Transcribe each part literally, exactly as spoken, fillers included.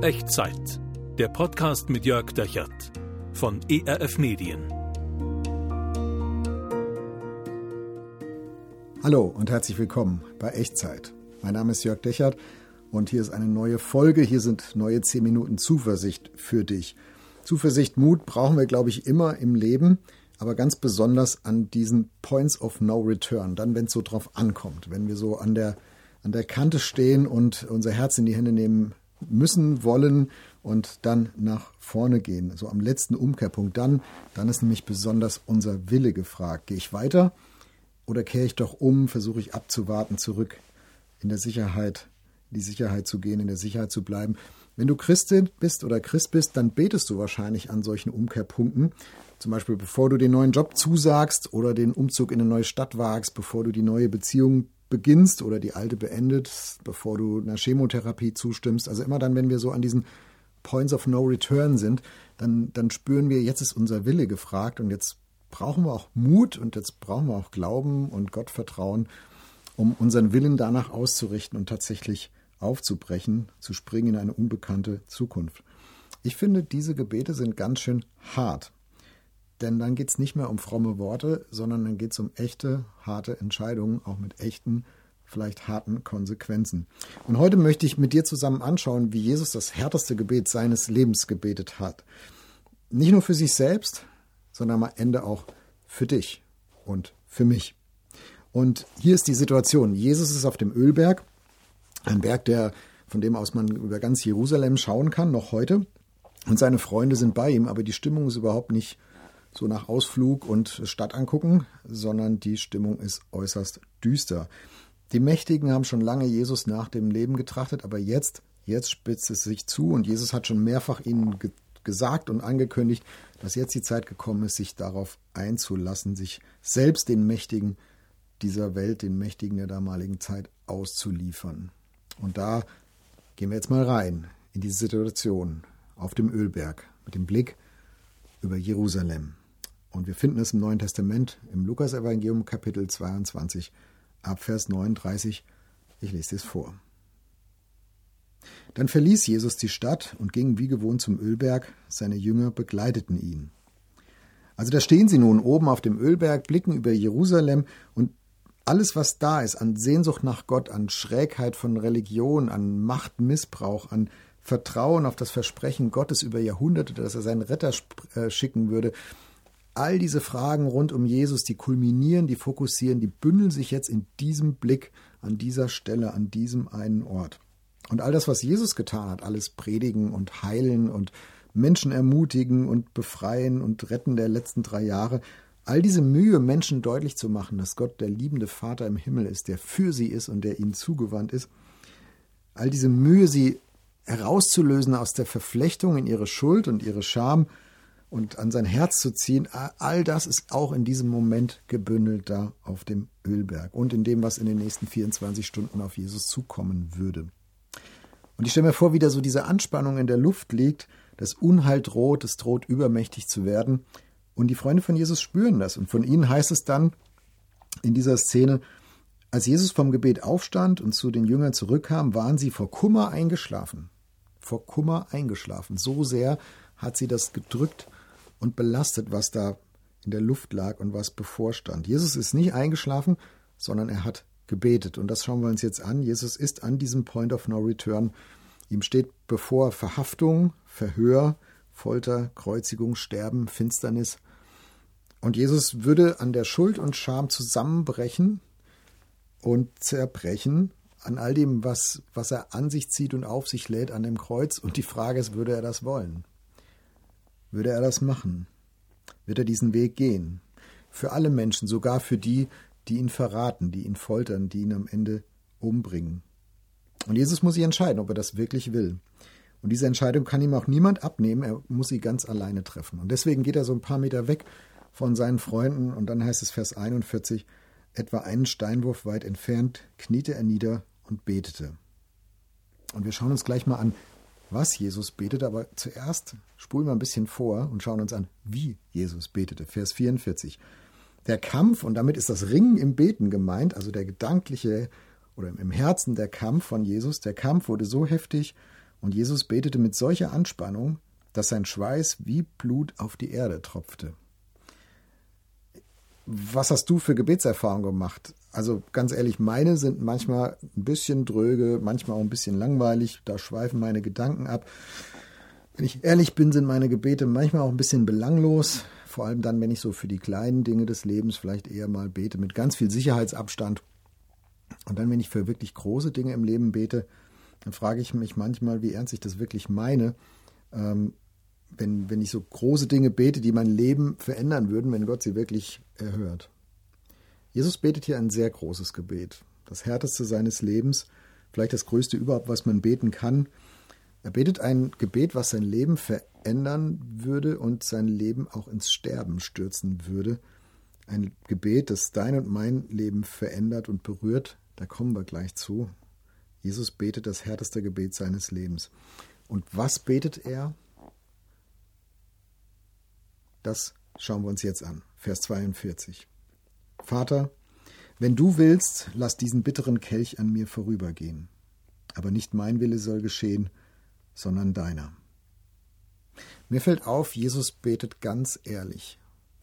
Echtzeit. Der Podcast mit Jörg Dechert von E R F Medien. Hallo und herzlich willkommen bei Echtzeit. Mein Name ist Jörg Dechert und hier ist eine neue Folge. Hier sind neue zehn Minuten Zuversicht für dich. Zuversicht, Mut brauchen wir, glaube ich, immer im Leben, aber ganz besonders an diesen Points of No Return. Dann, wenn es so drauf ankommt, wenn wir so an der, an der Kante stehen und unser Herz in die Hände nehmen müssen, wollen und dann nach vorne gehen. So am letzten Umkehrpunkt. Dann, dann ist nämlich besonders unser Wille gefragt. Gehe ich weiter oder kehre ich doch um, versuche ich abzuwarten, zurück in der Sicherheit, in die Sicherheit zu gehen, in der Sicherheit zu bleiben. Wenn du Christin bist oder Christ bist, dann betest du wahrscheinlich an solchen Umkehrpunkten. Zum Beispiel, bevor du den neuen Job zusagst oder den Umzug in eine neue Stadt wagst, bevor du die neue Beziehung beginnst oder die alte beendest, bevor du einer Chemotherapie zustimmst. Also immer dann, wenn wir so an diesen Points of No Return sind, dann, dann spüren wir, jetzt ist unser Wille gefragt und jetzt brauchen wir auch Mut und jetzt brauchen wir auch Glauben und Gottvertrauen, um unseren Willen danach auszurichten und tatsächlich aufzubrechen, zu springen in eine unbekannte Zukunft. Ich finde, diese Gebete sind ganz schön hart. Denn dann geht es nicht mehr um fromme Worte, sondern dann geht es um echte, harte Entscheidungen, auch mit echten, vielleicht harten Konsequenzen. Und heute möchte ich mit dir zusammen anschauen, wie Jesus das härteste Gebet seines Lebens gebetet hat. Nicht nur für sich selbst, sondern am Ende auch für dich und für mich. Und hier ist die Situation. Jesus ist auf dem Ölberg, ein Berg, der, von dem aus man über ganz Jerusalem schauen kann, noch heute. Und seine Freunde sind bei ihm, aber die Stimmung ist überhaupt nicht so nach Ausflug und Stadt angucken, sondern die Stimmung ist äußerst düster. Die Mächtigen haben schon lange Jesus nach dem Leben getrachtet, aber jetzt, jetzt spitzt es sich zu und Jesus hat schon mehrfach ihnen ge- gesagt und angekündigt, dass jetzt die Zeit gekommen ist, sich darauf einzulassen, sich selbst den Mächtigen dieser Welt, den Mächtigen der damaligen Zeit auszuliefern. Und da gehen wir jetzt mal rein in diese Situation auf dem Ölberg mit dem Blick über Jerusalem. Und wir finden es im Neuen Testament, im Lukas-Evangelium, Kapitel zweiundzwanzig, ab Vers neununddreißig. Ich lese es vor. Dann verließ Jesus die Stadt und ging wie gewohnt zum Ölberg. Seine Jünger begleiteten ihn. Also da stehen sie nun oben auf dem Ölberg, blicken über Jerusalem und alles, was da ist, an Sehnsucht nach Gott, an Schrägheit von Religion, an Machtmissbrauch, an Vertrauen auf das Versprechen Gottes über Jahrhunderte, dass er seinen Retter schicken würde. All diese Fragen rund um Jesus, die kulminieren, die fokussieren, die bündeln sich jetzt in diesem Blick an dieser Stelle, an diesem einen Ort. Und all das, was Jesus getan hat, alles predigen und heilen und Menschen ermutigen und befreien und retten der letzten drei Jahre, all diese Mühe, Menschen deutlich zu machen, dass Gott der liebende Vater im Himmel ist, der für sie ist und der ihnen zugewandt ist, all diese Mühe, sie herauszulösen aus der Verflechtung in ihre Schuld und ihre Scham und an sein Herz zu ziehen, all das ist auch in diesem Moment gebündelt da auf dem Ölberg und in dem, was in den nächsten vierundzwanzig Stunden auf Jesus zukommen würde. Und ich stelle mir vor, wie da so diese Anspannung in der Luft liegt, das Unheil droht, es droht übermächtig zu werden und die Freunde von Jesus spüren das und von ihnen heißt es dann in dieser Szene, als Jesus vom Gebet aufstand und zu den Jüngern zurückkam, waren sie vor Kummer eingeschlafen. Vor Kummer eingeschlafen. So sehr hat sie das gedrückt und belastet, was da in der Luft lag und was bevorstand. Jesus ist nicht eingeschlafen, sondern er hat gebetet. Und das schauen wir uns jetzt an. Jesus ist an diesem Point of No Return. Ihm steht bevor Verhaftung, Verhör, Folter, Kreuzigung, Sterben, Finsternis. Und Jesus würde an der Schuld und Scham zusammenbrechen und zerbrechen an all dem, was, was er an sich zieht und auf sich lädt an dem Kreuz. Und die Frage ist, würde er das wollen? Würde er das machen? Wird er diesen Weg gehen? Für alle Menschen, sogar für die, die ihn verraten, die ihn foltern, die ihn am Ende umbringen. Und Jesus muss sich entscheiden, ob er das wirklich will. Und diese Entscheidung kann ihm auch niemand abnehmen, er muss sie ganz alleine treffen. Und deswegen geht er so ein paar Meter weg von seinen Freunden und dann heißt es Vers einundvierzig, etwa einen Steinwurf weit entfernt, kniete er nieder und betete. Und wir schauen uns gleich mal an, was Jesus betete, aber zuerst spulen wir ein bisschen vor und schauen uns an, wie Jesus betete. Vers vierundvierzig. Der Kampf, und damit ist das Ringen im Beten gemeint, also der gedankliche oder im Herzen der Kampf von Jesus, der Kampf wurde so heftig Und Jesus betete mit solcher Anspannung, dass sein Schweiß wie Blut auf die Erde tropfte. Was hast du für Gebetserfahrungen gemacht? Also ganz ehrlich, meine sind manchmal ein bisschen dröge, manchmal auch ein bisschen langweilig. Da schweifen meine Gedanken ab. Wenn ich ehrlich bin, sind meine Gebete manchmal auch ein bisschen belanglos. Vor allem dann, wenn ich so für die kleinen Dinge des Lebens vielleicht eher mal bete, mit ganz viel Sicherheitsabstand. Und dann, wenn ich für wirklich große Dinge im Leben bete, dann frage ich mich manchmal, wie ernst ich das wirklich meine. Ähm, wenn, wenn ich so große Dinge bete, die mein Leben verändern würden, wenn Gott sie wirklich erhört. Jesus betet hier ein sehr großes Gebet. Das härteste seines Lebens, vielleicht das größte überhaupt, was man beten kann. Er betet ein Gebet, was sein Leben verändern würde und sein Leben auch ins Sterben stürzen würde. Ein Gebet, das dein und mein Leben verändert und berührt. Da kommen wir gleich zu. Jesus betet das härteste Gebet seines Lebens. Und was betet er? Das schauen wir uns jetzt an. Vers zweiundvierzig. Vater, wenn du willst, lass diesen bitteren Kelch an mir vorübergehen. Aber nicht mein Wille soll geschehen, sondern deiner. Mir fällt auf, Jesus betet ganz ehrlich.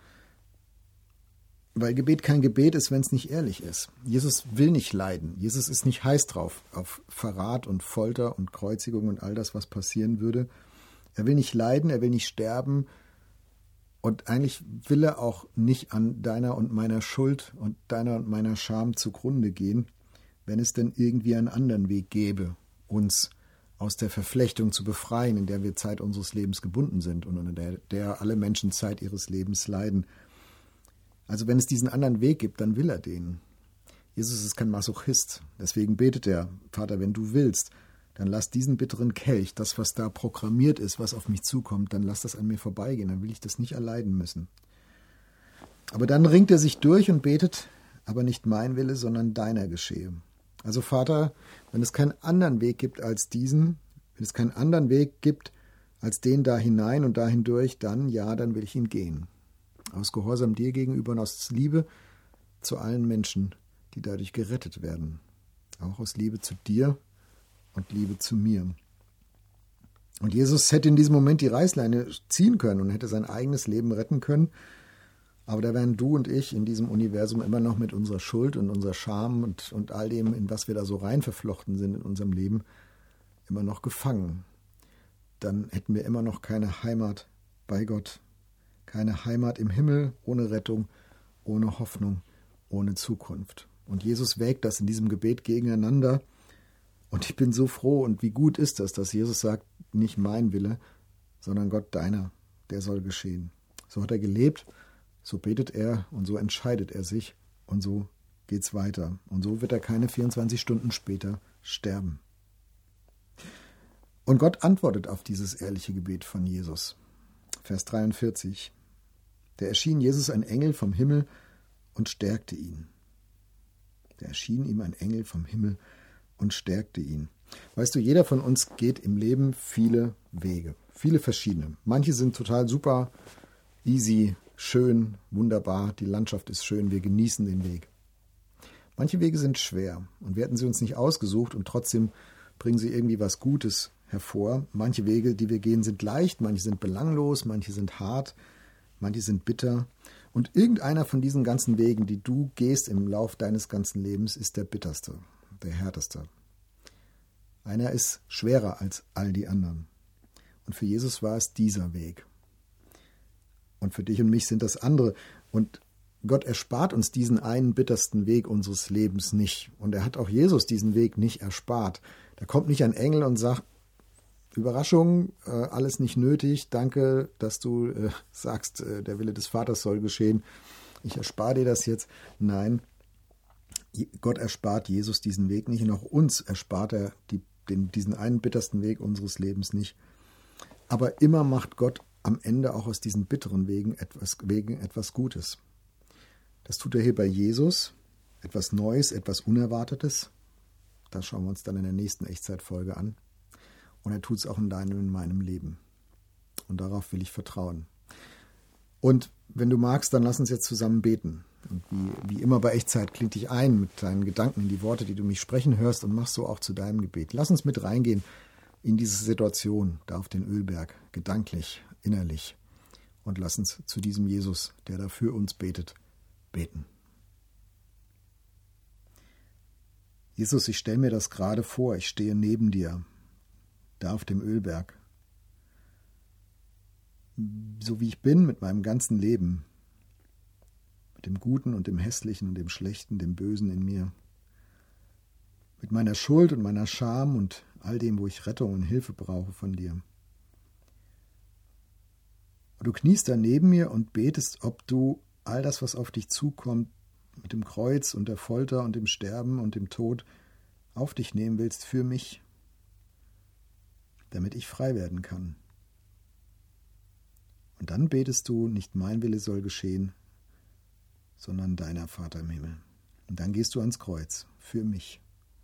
Weil Gebet kein Gebet ist, wenn es nicht ehrlich ist. Jesus will nicht leiden. Jesus ist nicht heiß drauf, auf Verrat und Folter und Kreuzigung und all das, was passieren würde. Er will nicht leiden, er will nicht sterben. Und eigentlich will er auch nicht an deiner und meiner Schuld und deiner und meiner Scham zugrunde gehen, wenn es denn irgendwie einen anderen Weg gäbe, uns aus der Verflechtung zu befreien, in der wir Zeit unseres Lebens gebunden sind und in der, der alle Menschen Zeit ihres Lebens leiden. Also wenn es diesen anderen Weg gibt, dann will er den. Jesus ist kein Masochist, deswegen betet er, Vater, wenn du willst, dann lass diesen bitteren Kelch, das, was da programmiert ist, was auf mich zukommt, dann lass das an mir vorbeigehen, dann will ich das nicht erleiden müssen. Aber dann ringt er sich durch und betet, aber nicht mein Wille, sondern deiner geschehe. Also Vater, wenn es keinen anderen Weg gibt als diesen, wenn es keinen anderen Weg gibt als den da hinein und da hindurch, dann ja, dann will ich ihn gehen. Aus Gehorsam dir gegenüber und aus Liebe zu allen Menschen, die dadurch gerettet werden. Auch aus Liebe zu dir und Liebe zu mir. Und Jesus hätte in diesem Moment die Reißleine ziehen können und hätte sein eigenes Leben retten können. Aber da wären du und ich in diesem Universum immer noch mit unserer Schuld und unserer Scham und, und all dem, in was wir da so rein verflochten sind in unserem Leben, immer noch gefangen. Dann hätten wir immer noch keine Heimat bei Gott. Keine Heimat im Himmel, ohne Rettung, ohne Hoffnung, ohne Zukunft. Und Jesus wägt das in diesem Gebet gegeneinander. Und ich bin so froh und wie gut ist das, dass Jesus sagt, nicht mein Wille, sondern Gott deiner, der soll geschehen. So hat er gelebt, so betet er und so entscheidet er sich und so geht's weiter. Und so wird er keine vierundzwanzig Stunden später sterben. Und Gott antwortet auf dieses ehrliche Gebet von Jesus. Vers dreiundvierzig. Da erschien Jesus ein Engel vom Himmel und stärkte ihn. Da erschien ihm ein Engel vom Himmel und stärkte ihn. Weißt du, jeder von uns geht im Leben viele Wege, viele verschiedene. Manche sind total super, easy, schön, wunderbar, die Landschaft ist schön, wir genießen den Weg. Manche Wege sind schwer und wir hätten sie uns nicht ausgesucht und trotzdem bringen sie irgendwie was Gutes hervor. Manche Wege, die wir gehen, sind leicht, manche sind belanglos, manche sind hart, manche sind bitter. Und irgendeiner von diesen ganzen Wegen, die du gehst im Lauf deines ganzen Lebens, ist der bitterste, der härteste. Einer ist schwerer als all die anderen. Und für Jesus war es dieser Weg. Und für dich und mich sind das andere. Und Gott erspart uns diesen einen bittersten Weg unseres Lebens nicht. Und er hat auch Jesus diesen Weg nicht erspart. Da kommt nicht ein Engel und sagt, Überraschung, äh, alles nicht nötig, danke, dass du äh, sagst, äh, der Wille des Vaters soll geschehen. Ich erspare dir das jetzt. Nein, Gott erspart Jesus diesen Weg nicht und auch uns erspart er die, den, diesen einen bittersten Weg unseres Lebens nicht. Aber immer macht Gott am Ende auch aus diesen bitteren Wegen etwas, Wegen etwas Gutes. Das tut er hier bei Jesus, etwas Neues, etwas Unerwartetes. Das schauen wir uns dann in der nächsten Echtzeitfolge an. Und er tut es auch in deinem und in meinem Leben. Und darauf will ich vertrauen. Und wenn du magst, dann lass uns jetzt zusammen beten. Und wie, wie immer bei Echtzeit, kling dich ein mit deinen Gedanken in die Worte, die du mich sprechen hörst und mach so auch zu deinem Gebet. Lass uns mit reingehen, in diese Situation, da auf den Ölberg, gedanklich, innerlich. Und lass uns zu diesem Jesus, der da für uns betet, beten. Jesus, ich stelle mir das gerade vor, ich stehe neben dir, da auf dem Ölberg. So wie ich bin mit meinem ganzen Leben, mit dem Guten und dem Hässlichen und dem Schlechten, dem Bösen in mir, mit meiner Schuld und meiner Scham und all dem, wo ich Rettung und Hilfe brauche von dir. Und du kniest da neben mir und betest, ob du all das, was auf dich zukommt, mit dem Kreuz und der Folter und dem Sterben und dem Tod auf dich nehmen willst für mich, damit ich frei werden kann. Und dann betest du, nicht mein Wille soll geschehen, sondern deiner, Vater im Himmel. Und dann gehst du ans Kreuz für mich.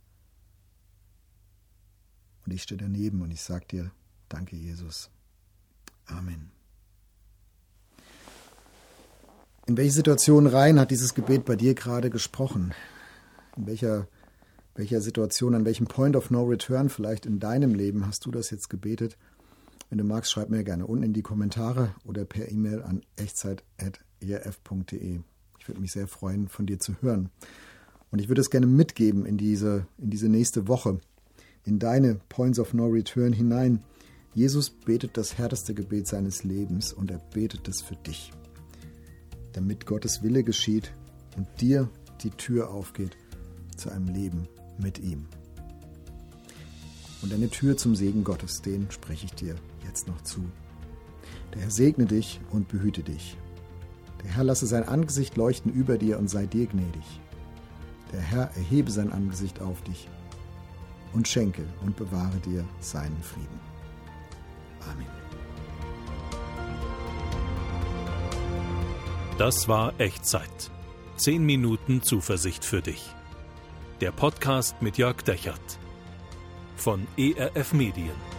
Und ich stehe daneben und ich sage dir, danke Jesus. Amen. In welche Situation rein hat dieses Gebet bei dir gerade gesprochen? In welcher, welcher Situation, an welchem Point of No Return vielleicht in deinem Leben hast du das jetzt gebetet? Wenn du magst, schreib mir gerne unten in die Kommentare oder per E-Mail an echtzeit at e r f punkt d e. Ich würde mich sehr freuen, von dir zu hören. Und ich würde es gerne mitgeben in diese, in diese nächste Woche, in deine Points of No Return hinein. Jesus betet das härteste Gebet seines Lebens und er betet es für dich, damit Gottes Wille geschieht und dir die Tür aufgeht zu einem Leben mit ihm. Und eine Tür zum Segen Gottes, den spreche ich dir jetzt noch zu. Der Herr segne dich und behüte dich. Der Herr lasse sein Angesicht leuchten über dir und sei dir gnädig. Der Herr erhebe sein Angesicht auf dich und schenke und bewahre dir seinen Frieden. Amen. Das war Echtzeit. Zehn Minuten Zuversicht für dich. Der Podcast mit Jörg Dechert von E R F Medien.